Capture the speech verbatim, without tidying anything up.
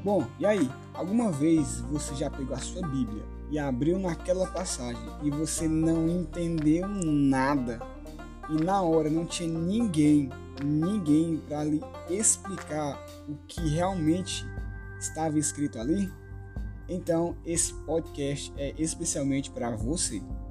Bom, e aí? Alguma vez você já pegou a sua Bíblia e abriu naquela passagem e você não entendeu nada? E na hora não tinha ninguém, ninguém para lhe explicar o que realmente estava escrito ali? Então esse podcast é especialmente para você.